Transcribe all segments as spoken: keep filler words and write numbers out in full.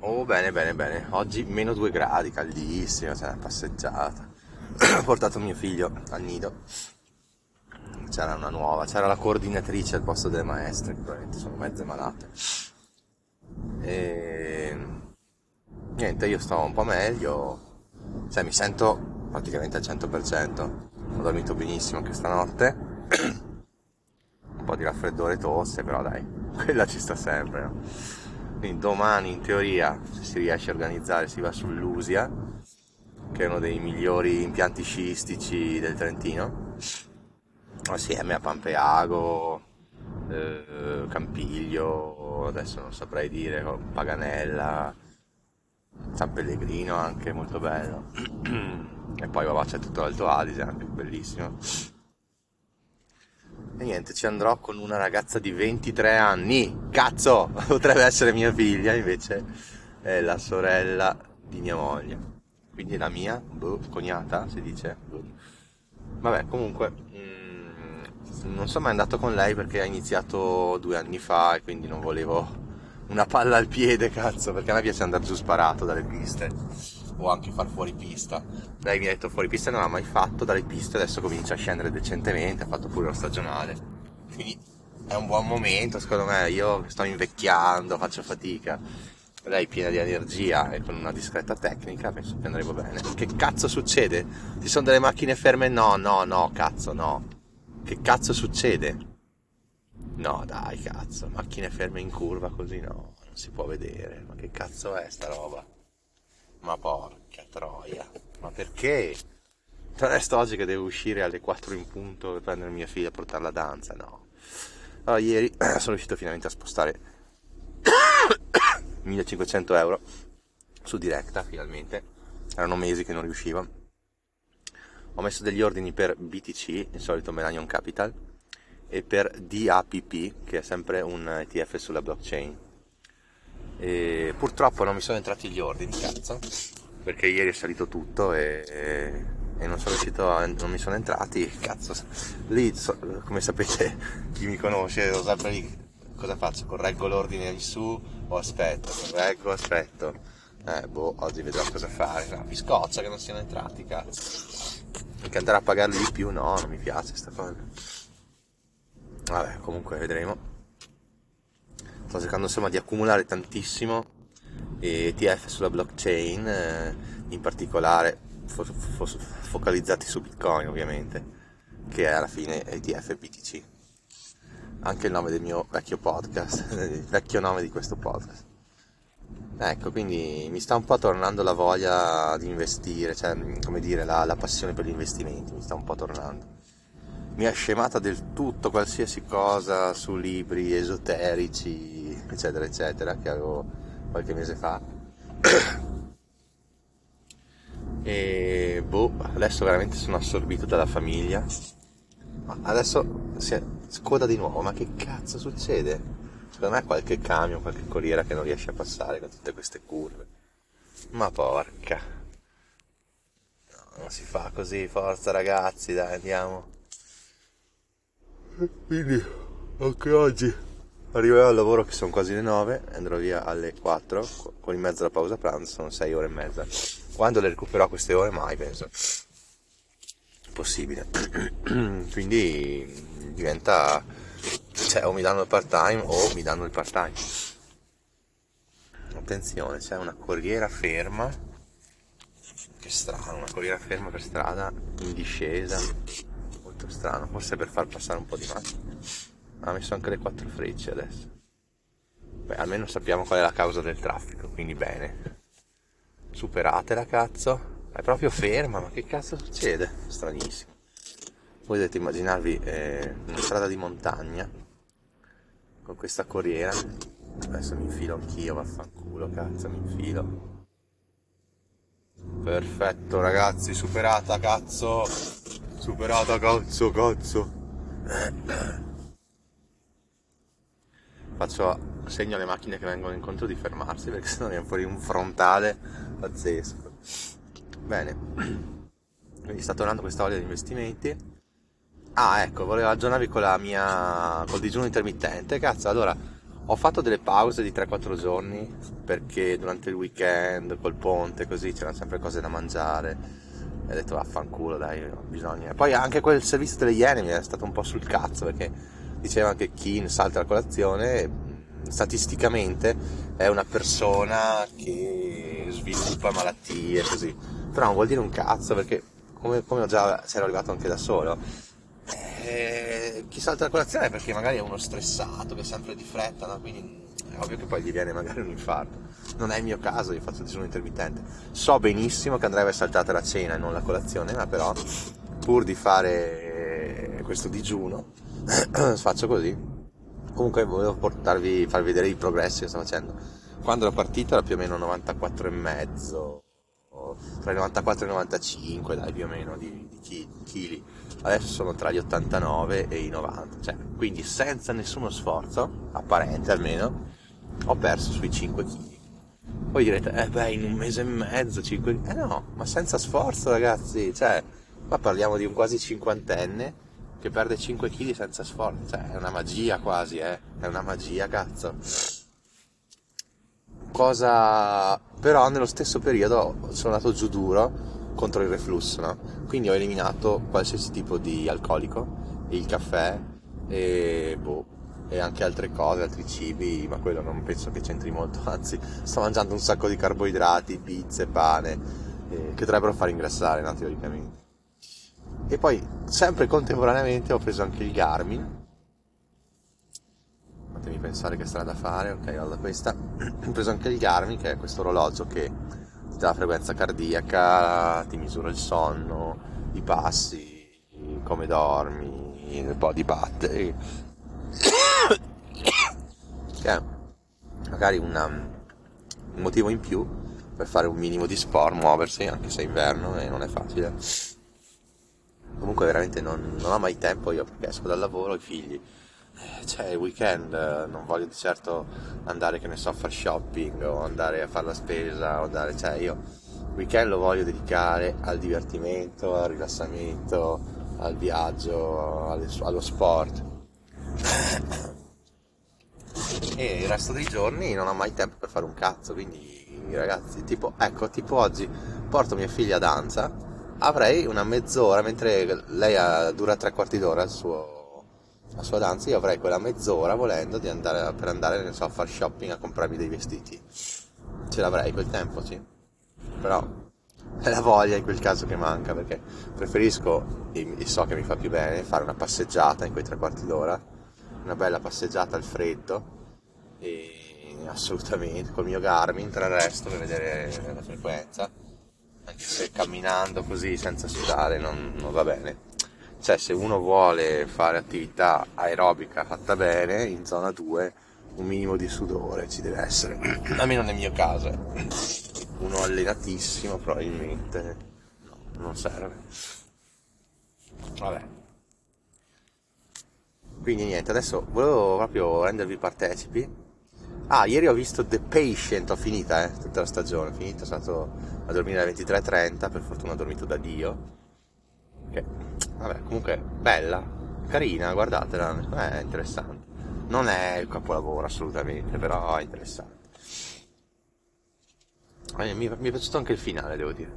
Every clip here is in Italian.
Oh, bene, bene, bene. Oggi meno due gradi, caldissimo, c'è una passeggiata. Ho portato mio figlio al nido. C'era una nuova, c'era la coordinatrice al posto delle maestre, che probabilmente sono mezze malate. E niente, io sto un po' meglio, cioè mi sento praticamente al cento per cento. Ho dormito benissimo anche stanotte. Un po' di raffreddore e tosse, però dai, quella ci sta sempre, no? Quindi domani in teoria, se si riesce a organizzare, si va sull'Usia, che è uno dei migliori impianti sciistici del Trentino, assieme a Pampeago, eh, Campiglio, adesso non saprei dire, Paganella, San Pellegrino anche, molto bello. E poi vabbè, c'è tutto l'Alto Adige, anche bellissimo. E niente, ci andrò con una ragazza di ventitré anni. Cazzo! Potrebbe essere mia figlia, invece è la sorella di mia moglie. Quindi la mia, boh, cognata, si dice. Boh. Vabbè, comunque, mm, non sono mai andato con lei perché ha iniziato due anni fa e quindi non volevo una palla al piede, cazzo, perché a me piace andare giù sparato dalle piste. O anche far fuori pista. Lei mi ha detto fuori pista non l'ha mai fatto dalle piste, adesso comincia a scendere decentemente, ha fatto pure lo stagionale. Quindi è un buon momento, secondo me, io sto invecchiando, faccio fatica. Lei piena di energia e con una discreta tecnica, penso che andremo bene. Che cazzo succede? Ci sono delle macchine ferme? No, no, no, cazzo, no. Che cazzo succede? No, dai, cazzo, macchine ferme in curva così no, non si può vedere. Ma che cazzo è sta roba? Ma porca troia, ma perché? Non è sto oggi che devo uscire alle quattro in punto per prendere mia figlia e portarla a danza, no. Allora, ieri sono riuscito finalmente a spostare millecinquecento euro su Directa, finalmente. Erano mesi che non riuscivo. Ho messo degli ordini per B T C, il solito Millennium Capital, e per D A P P, che è sempre un E T F sulla blockchain. E purtroppo non mi sono entrati gli ordini, cazzo, perché ieri è salito tutto e, e, e non sono riuscito a, non mi sono entrati, cazzo. Lì, so, come sapete, chi mi conosce lo sa lì, cosa faccio? Correggo l'ordine in su o aspetto? Correggo, aspetto. Eh, boh, oggi vedrò cosa fare. No, mi scoccia che non siano entrati, cazzo. Perché andare a pagarli di più, no, non mi piace sta cosa. Vabbè, comunque vedremo. Sto cercando insomma di accumulare tantissimo E T F sulla blockchain, eh, in particolare fo- fo- focalizzati su Bitcoin, ovviamente, che è alla fine E T F B T C. Anche il nome del mio vecchio podcast, il vecchio nome di questo podcast. Ecco, quindi mi sta un po' tornando la voglia di investire, cioè, come dire, la, la passione per gli investimenti, mi sta un po' tornando. Mi è scemata del tutto qualsiasi cosa su libri esoterici, eccetera, eccetera, che avevo qualche mese fa. E boh, adesso veramente sono assorbito dalla famiglia. Ma adesso si è scoda di nuovo, ma che cazzo succede? Secondo me qualche camion, qualche corriera che non riesce a passare con tutte queste curve. Ma porca. No, non si fa così, forza ragazzi, dai, andiamo. Quindi anche oggi arriverò al lavoro che sono quasi le nove, andrò via alle quattro, con in mezzo la pausa pranzo, sono sei ore e mezza. Quando le recupererò queste ore? Mai, penso. Possibile. Quindi diventa, cioè, o mi danno il part time o mi danno il part time. Attenzione, c'è una corriera ferma, che strano, una corriera ferma per strada in discesa, molto strano, forse per far passare un po' di macchine. Ha messo anche le quattro frecce adesso. Beh, almeno sappiamo qual è la causa del traffico, quindi bene. Superatela, cazzo. È proprio ferma, ma che cazzo succede? Stranissimo. Voi dovete immaginarvi eh, una strada di montagna con questa corriera. Adesso mi infilo anch'io, vaffanculo, cazzo, mi infilo. Perfetto, ragazzi, superata, cazzo. Superata, cazzo, cazzo. Faccio segno alle macchine che vengono incontro di fermarsi, perché sennò viene fuori un frontale pazzesco. Bene, quindi sta tornando questa voglia di investimenti. Ah, ecco, volevo aggiornarvi con la mia col digiuno intermittente. Cazzo, allora Ho fatto delle pause di tre quattro giorni perché durante il weekend col ponte così c'erano sempre cose da mangiare e ho detto vaffanculo dai, ho bisogno. E poi anche quel servizio delle Iene mi è stato un po' sul cazzo perché diceva che chi salta la colazione statisticamente è una persona che sviluppa malattie così, però non vuol dire un cazzo perché come, come ho già c'ero arrivato anche da solo, eh, chi salta la colazione è perché magari è uno stressato che è sempre di fretta, no? Quindi è ovvio che poi gli viene magari un infarto. Non è il mio caso, io faccio il digiuno intermittente, so benissimo che andrebbe saltata la cena e non la colazione, ma però pur di fare questo digiuno faccio così. Comunque volevo portarvi, farvi vedere i progressi che sto facendo. Quando ero partito era più o meno novantaquattro e mezzo, tra i novantaquattro e i novantacinque, dai, più o meno di, di chili. Adesso sono tra gli ottantanove e i novanta, cioè, quindi senza nessuno sforzo, apparente almeno, ho perso sui cinque chili. Voi direte, eh beh, in un mese e mezzo, cinque... Eh no, ma senza sforzo, ragazzi, cioè, qua parliamo di un quasi cinquantenne che perde cinque chili senza sforzo, cioè, è una magia quasi, eh, è una magia, cazzo. Cosa... Però nello stesso periodo sono andato giù duro contro il reflusso, no? Quindi ho eliminato qualsiasi tipo di alcolico, il caffè e boh, e anche altre cose, altri cibi, ma quello non penso che c'entri molto, anzi sto mangiando un sacco di carboidrati, pizze, pane, eh, che dovrebbero far ingrassare, no, teoricamente. E poi, sempre contemporaneamente, ho preso anche il Garmin. Fatemi pensare che strada fare, ok, vado da questa. Ho preso anche il Garmin, che è questo orologio che ti dà la frequenza cardiaca, ti misura il sonno, i passi, come dormi, un po' di batteri. Che è magari una, un motivo in più per fare un minimo di sport, muoversi, anche se è inverno e non è facile. Comunque veramente non, non ho mai tempo io perché esco dal lavoro, i figli, cioè il weekend non voglio di certo andare, che ne so, a fare shopping o andare a fare la spesa o andare, cioè io il weekend lo voglio dedicare al divertimento, al rilassamento, al viaggio, allo sport. E il resto dei giorni non ho mai tempo per fare un cazzo, quindi ragazzi, tipo, ecco, tipo oggi porto mia figlia a danza, avrei una mezz'ora, mentre lei ha, dura tre quarti d'ora il suo, la sua danza, io avrei quella mezz'ora volendo di andare, per andare, ne so, a fare shopping, a comprarmi dei vestiti. Ce l'avrei quel tempo, sì. Però è la voglia in quel caso che manca, perché preferisco, e so che mi fa più bene, fare una passeggiata in quei tre quarti d'ora, una bella passeggiata al freddo, e assolutamente col mio Garmin tra il resto per vedere la frequenza, anche se camminando così senza sudare non, non va bene. Cioè, se uno vuole fare attività aerobica fatta bene in zona due, un minimo di sudore ci deve essere, almeno nel mio caso, eh. Uno allenatissimo probabilmente no, non serve. Vabbè, quindi niente, adesso volevo proprio rendervi partecipi. Ah, ieri ho visto The Patient, ho finita, eh, tutta la stagione, ho finito, sono andato a dormire alle ventitré e trenta, per fortuna ho dormito da Dio. Che, vabbè, comunque, bella, carina, guardatela, è interessante. Non è il capolavoro assolutamente, però è interessante. Eh, mi, mi è piaciuto anche il finale, devo dire.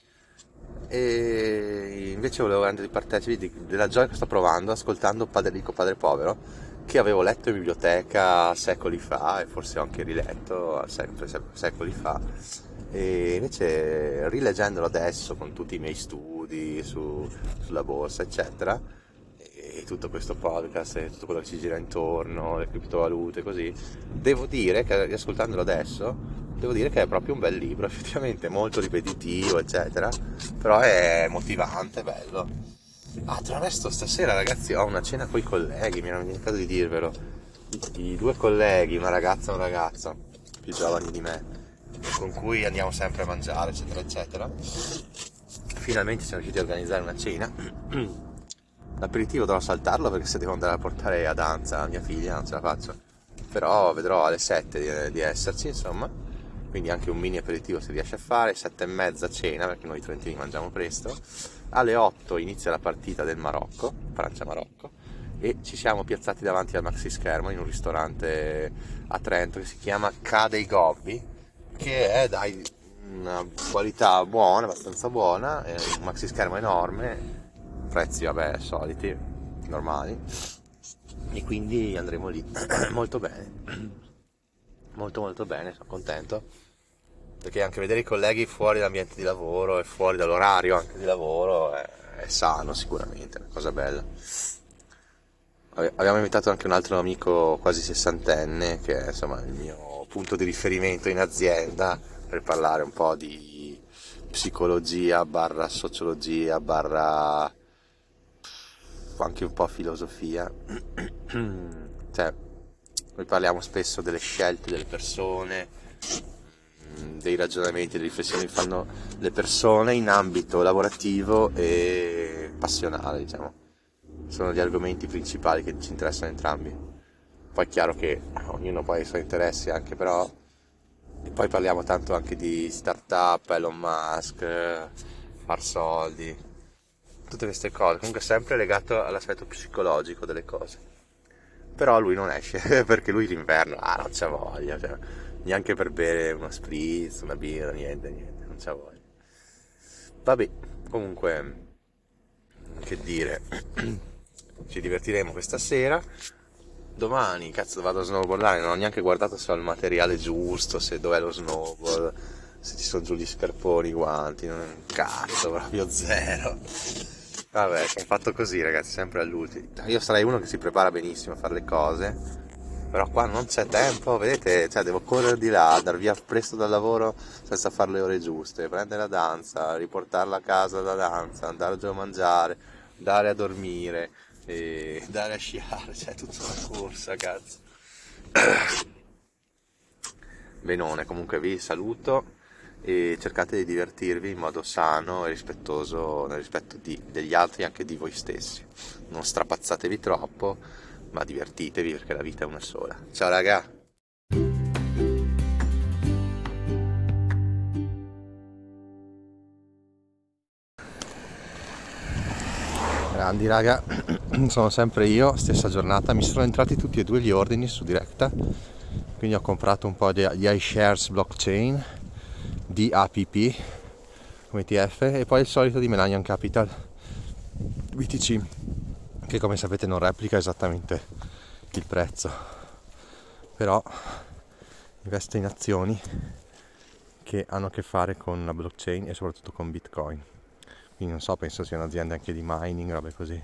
E invece volevo rendervi partecipi di, della gioia che sto provando ascoltando Padre Ricco, Padre Povero, che avevo letto in biblioteca secoli fa e forse ho anche riletto sempre secoli fa, e invece rileggendolo adesso con tutti i miei studi su, sulla borsa eccetera, e tutto questo podcast e tutto quello che ci gira intorno, le criptovalute così, devo dire che riascoltandolo adesso devo dire che è proprio un bel libro, effettivamente molto ripetitivo eccetera, però è motivante, bello. Ah, tra l'altro stasera ragazzi ho una cena con i colleghi, mi ero dimenticato di dirvelo. I, I due colleghi, una ragazza e un ragazzo, più giovani di me, con cui andiamo sempre a mangiare, eccetera, eccetera. Finalmente siamo riusciti a organizzare una cena. L'aperitivo dovrò saltarlo perché se devo andare a portare a danza mia figlia non ce la faccio. Però vedrò alle sette di, di esserci, insomma. Quindi anche un mini aperitivo si riesce a fare, sette e mezza cena, perché noi trentini mangiamo presto. Alle otto inizia la partita del Marocco, Francia-Marocco, e ci siamo piazzati davanti al maxi schermo in un ristorante a Trento che si chiama Ca dei Gobbi, che è dai una qualità buona, abbastanza buona, è un maxi schermo enorme, prezzi vabbè soliti, normali, e quindi andremo lì. Molto bene, molto molto bene, sono contento, perché anche vedere i colleghi fuori dall'ambiente di lavoro e fuori dall'orario anche di lavoro è, è sano, sicuramente, è una cosa bella. Abbiamo invitato anche un altro amico quasi sessantenne che è insomma il mio punto di riferimento in azienda per parlare un po' di psicologia barra sociologia barra anche un po' filosofia. Cioè, noi parliamo spesso delle scelte delle persone, dei ragionamenti, delle riflessioni che fanno le persone in ambito lavorativo e passionale, diciamo. Sono gli argomenti principali che ci interessano entrambi. Poi è chiaro che ognuno poi ha i suoi interessi anche, però. E poi parliamo tanto anche di startup, Elon Musk, far soldi, tutte queste cose, comunque sempre legato all'aspetto psicologico delle cose. Però lui non esce, perché lui l'inverno, ah, non c'ha voglia, cioè, neanche per bere uno spritz, una birra, niente, niente, non c'ha voglia. Vabbè, comunque, che dire, ci divertiremo questa sera. Domani, cazzo, vado a snowboardare, non ho neanche guardato se ho il materiale giusto, se dov'è lo snowboard, se ci sono giù gli scarponi, i guanti, non... cazzo, proprio zero. Vabbè, sono fatto così, ragazzi, sempre all'ultimo. Io sarei uno che si prepara benissimo a fare le cose, però qua non c'è tempo, vedete, cioè devo correre di là, andare via presto dal lavoro senza fare le ore giuste, prendere la danza, riportarla a casa da danza, andare giù a mangiare, andare a dormire, e andare a sciare, cioè tutta una corsa, cazzo. Benone, comunque vi saluto e cercate di divertirvi in modo sano e rispettoso nel rispetto di, degli altri e anche di voi stessi. Non strapazzatevi troppo, ma divertitevi perché la vita è una sola. Ciao raga! Grandi raga, sono sempre io, stessa giornata, mi sono entrati tutti e due gli ordini su Directa, quindi ho comprato un po' di iShares blockchain, D A P P come T F e poi il solito di Millennium Capital B T C, che come sapete non replica esattamente il prezzo, però investo in azioni che hanno a che fare con la blockchain e soprattutto con Bitcoin. Quindi non so, penso sia un'azienda anche di mining, robe così.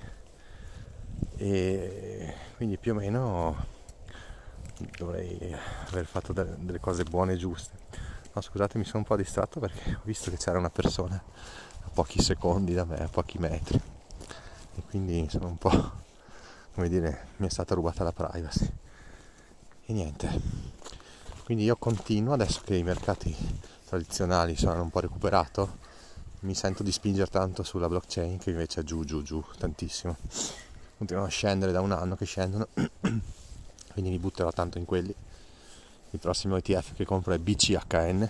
E quindi più o meno dovrei aver fatto delle, delle cose buone e giuste. No, scusate, mi sono un po' distratto perché ho visto che c'era una persona a pochi secondi da me, a pochi metri. E quindi sono un po', come dire, mi è stata rubata la privacy. E niente. Quindi io continuo, adesso che i mercati tradizionali sono un po' recuperato, mi sento di spingere tanto sulla blockchain, che invece è giù giù giù tantissimo, continuano a scendere da un anno che scendono, quindi mi butterò tanto in quelli. Il prossimo E T F che compro è B C H N,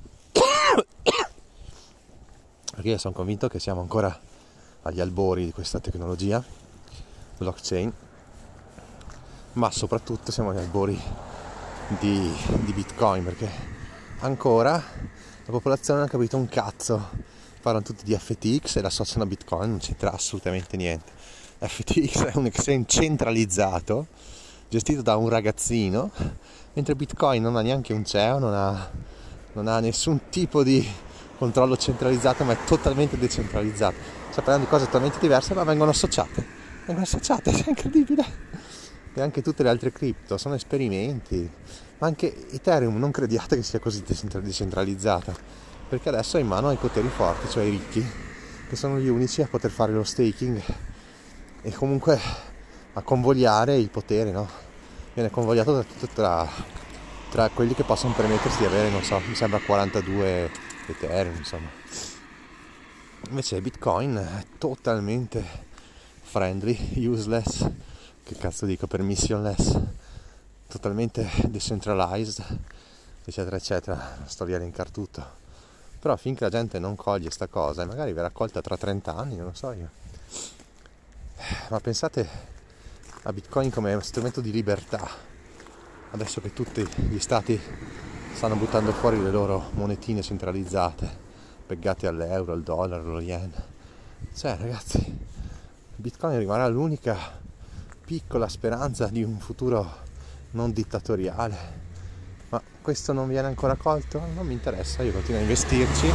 perché io sono convinto che siamo ancora agli albori di questa tecnologia blockchain, ma soprattutto siamo agli albori di, di Bitcoin, perché ancora la popolazione non ha capito un cazzo. Parlano tutti di F T X e l'associano a Bitcoin, non c'entra assolutamente niente. F T X è un exchange centralizzato gestito da un ragazzino, mentre Bitcoin non ha neanche un C E O, non ha, non ha nessun tipo di controllo centralizzato, ma è totalmente decentralizzato. Sta parlando di cose totalmente diverse, ma vengono associate. Vengono associate, è incredibile. E anche tutte le altre cripto sono esperimenti. Ma anche Ethereum non crediate che sia così decentralizzata, perché adesso è in mano ai poteri forti, cioè ai ricchi, che sono gli unici a poter fare lo staking e comunque a convogliare il potere, no? Viene convogliato tra, tra, tra quelli che possono permettersi di avere, non so, mi sembra quarantadue Ethereum, insomma. Invece Bitcoin è totalmente friendly, useless, che cazzo dico, permissionless, totalmente decentralized, eccetera eccetera, non sto a elencare tutto. Però finché la gente non coglie sta cosa, e magari verrà colta tra trenta anni, non lo so io. Ma pensate a Bitcoin come strumento di libertà. Adesso che tutti gli stati stanno buttando fuori le loro monetine centralizzate, pegate all'euro, al dollaro, allo yen. Cioè ragazzi, Bitcoin rimarrà l'unica piccola speranza di un futuro non dittatoriale. Ma questo non viene ancora colto? Non mi interessa, io continuo a investirci.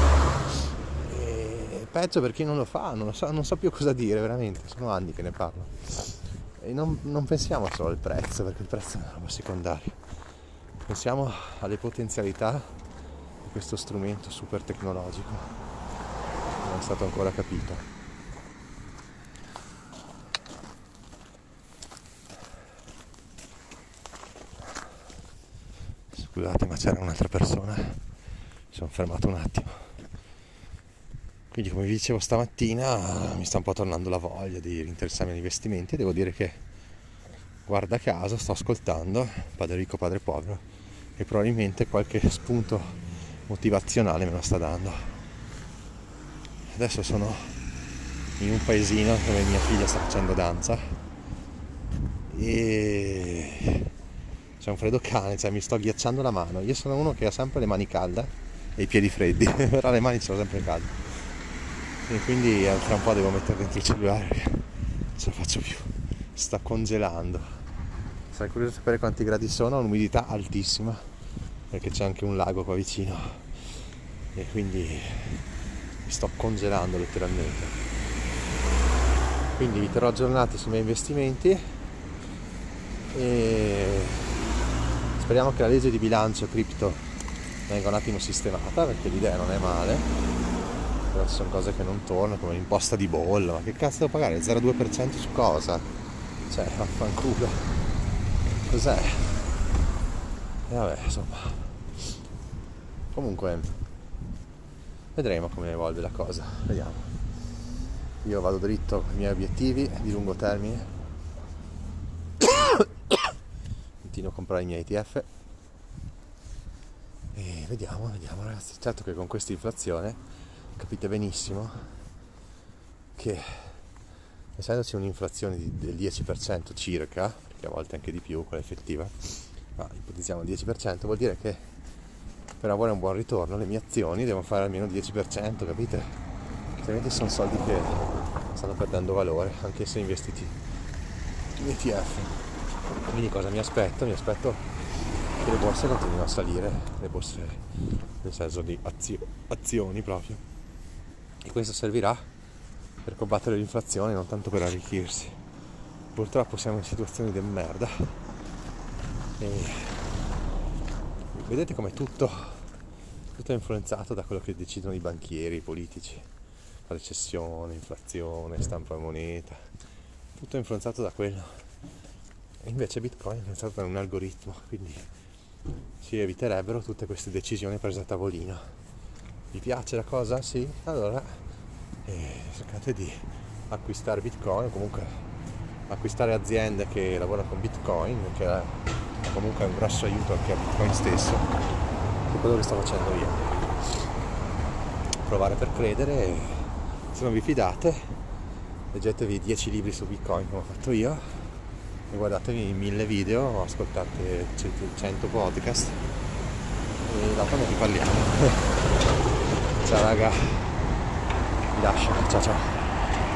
E peggio per chi non lo fa, non lo so, non so più cosa dire, veramente, sono anni che ne parlo. E non, non pensiamo solo al prezzo, perché il prezzo è una roba secondaria. Pensiamo alle potenzialità di questo strumento super tecnologico che non è stato ancora capito. Scusate, ma c'era un'altra persona, mi sono fermato un attimo. Quindi, come vi dicevo stamattina, mi sta un po' tornando la voglia di interessarmi agli investimenti e devo dire che, guarda caso, sto ascoltando Padre Ricco, Padre Povero e probabilmente qualche spunto motivazionale me lo sta dando. Adesso sono in un paesino dove mia figlia sta facendo danza e c'è un freddo cane, cioè mi sto ghiacciando la mano. Io sono uno che ha sempre le mani calde e i piedi freddi, però le mani sono sempre calde. E quindi tra un po' devo mettere dentro il cellulare perché non ce la faccio più. Sta congelando. Sarei curioso di sapere quanti gradi sono, ha un'umidità altissima perché c'è anche un lago qua vicino e quindi mi sto congelando letteralmente. Quindi vi terrò aggiornati sui miei investimenti e speriamo che la legge di bilancio cripto venga un attimo sistemata, perché l'idea non è male. Però ci sono cose che non tornano, come l'imposta di bollo. Ma che cazzo devo pagare? Il zero virgola due per cento su cosa? Cioè, vaffanculo. Cos'è? E vabbè, insomma. Comunque, vedremo come evolve la cosa. Vediamo. Io vado dritto ai miei obiettivi di lungo termine. Continuo a comprare i miei E T F. E vediamo, vediamo ragazzi. Certo che con questa inflazione capite benissimo che, essendoci un'inflazione di, del dieci per cento circa, perché a volte anche di più, quella effettiva, ma ipotizziamo il dieci per cento, vuol dire che per avere un buon ritorno le mie azioni devono fare almeno il dieci per cento, capite? Altrimenti sono soldi che stanno perdendo valore, anche se investiti in E T F. Quindi cosa mi aspetto? Mi aspetto che le borse continuino a salire, le borse nel senso di azio, azioni proprio. E questo servirà per combattere l'inflazione, non tanto per arricchirsi. Purtroppo siamo in situazioni di merda e vedete come tutto, tutto è influenzato da quello che decidono i banchieri, i politici. La recessione, inflazione, stampa moneta, tutto è influenzato da quello. E invece Bitcoin è influenzato da un algoritmo, quindi si eviterebbero tutte queste decisioni prese a tavolino. Vi piace la cosa? Sì? Allora eh, cercate di acquistare Bitcoin, o comunque acquistare aziende che lavorano con Bitcoin, che è comunque un grosso aiuto anche a Bitcoin stesso, che è quello che sto facendo io. Provare per credere, e se non vi fidate leggetevi dieci libri su Bitcoin come ho fatto io e guardatevi mille video, ascoltate cento podcast e dopo ne riparliamo. Ciao raga, vi lascio, ciao ciao.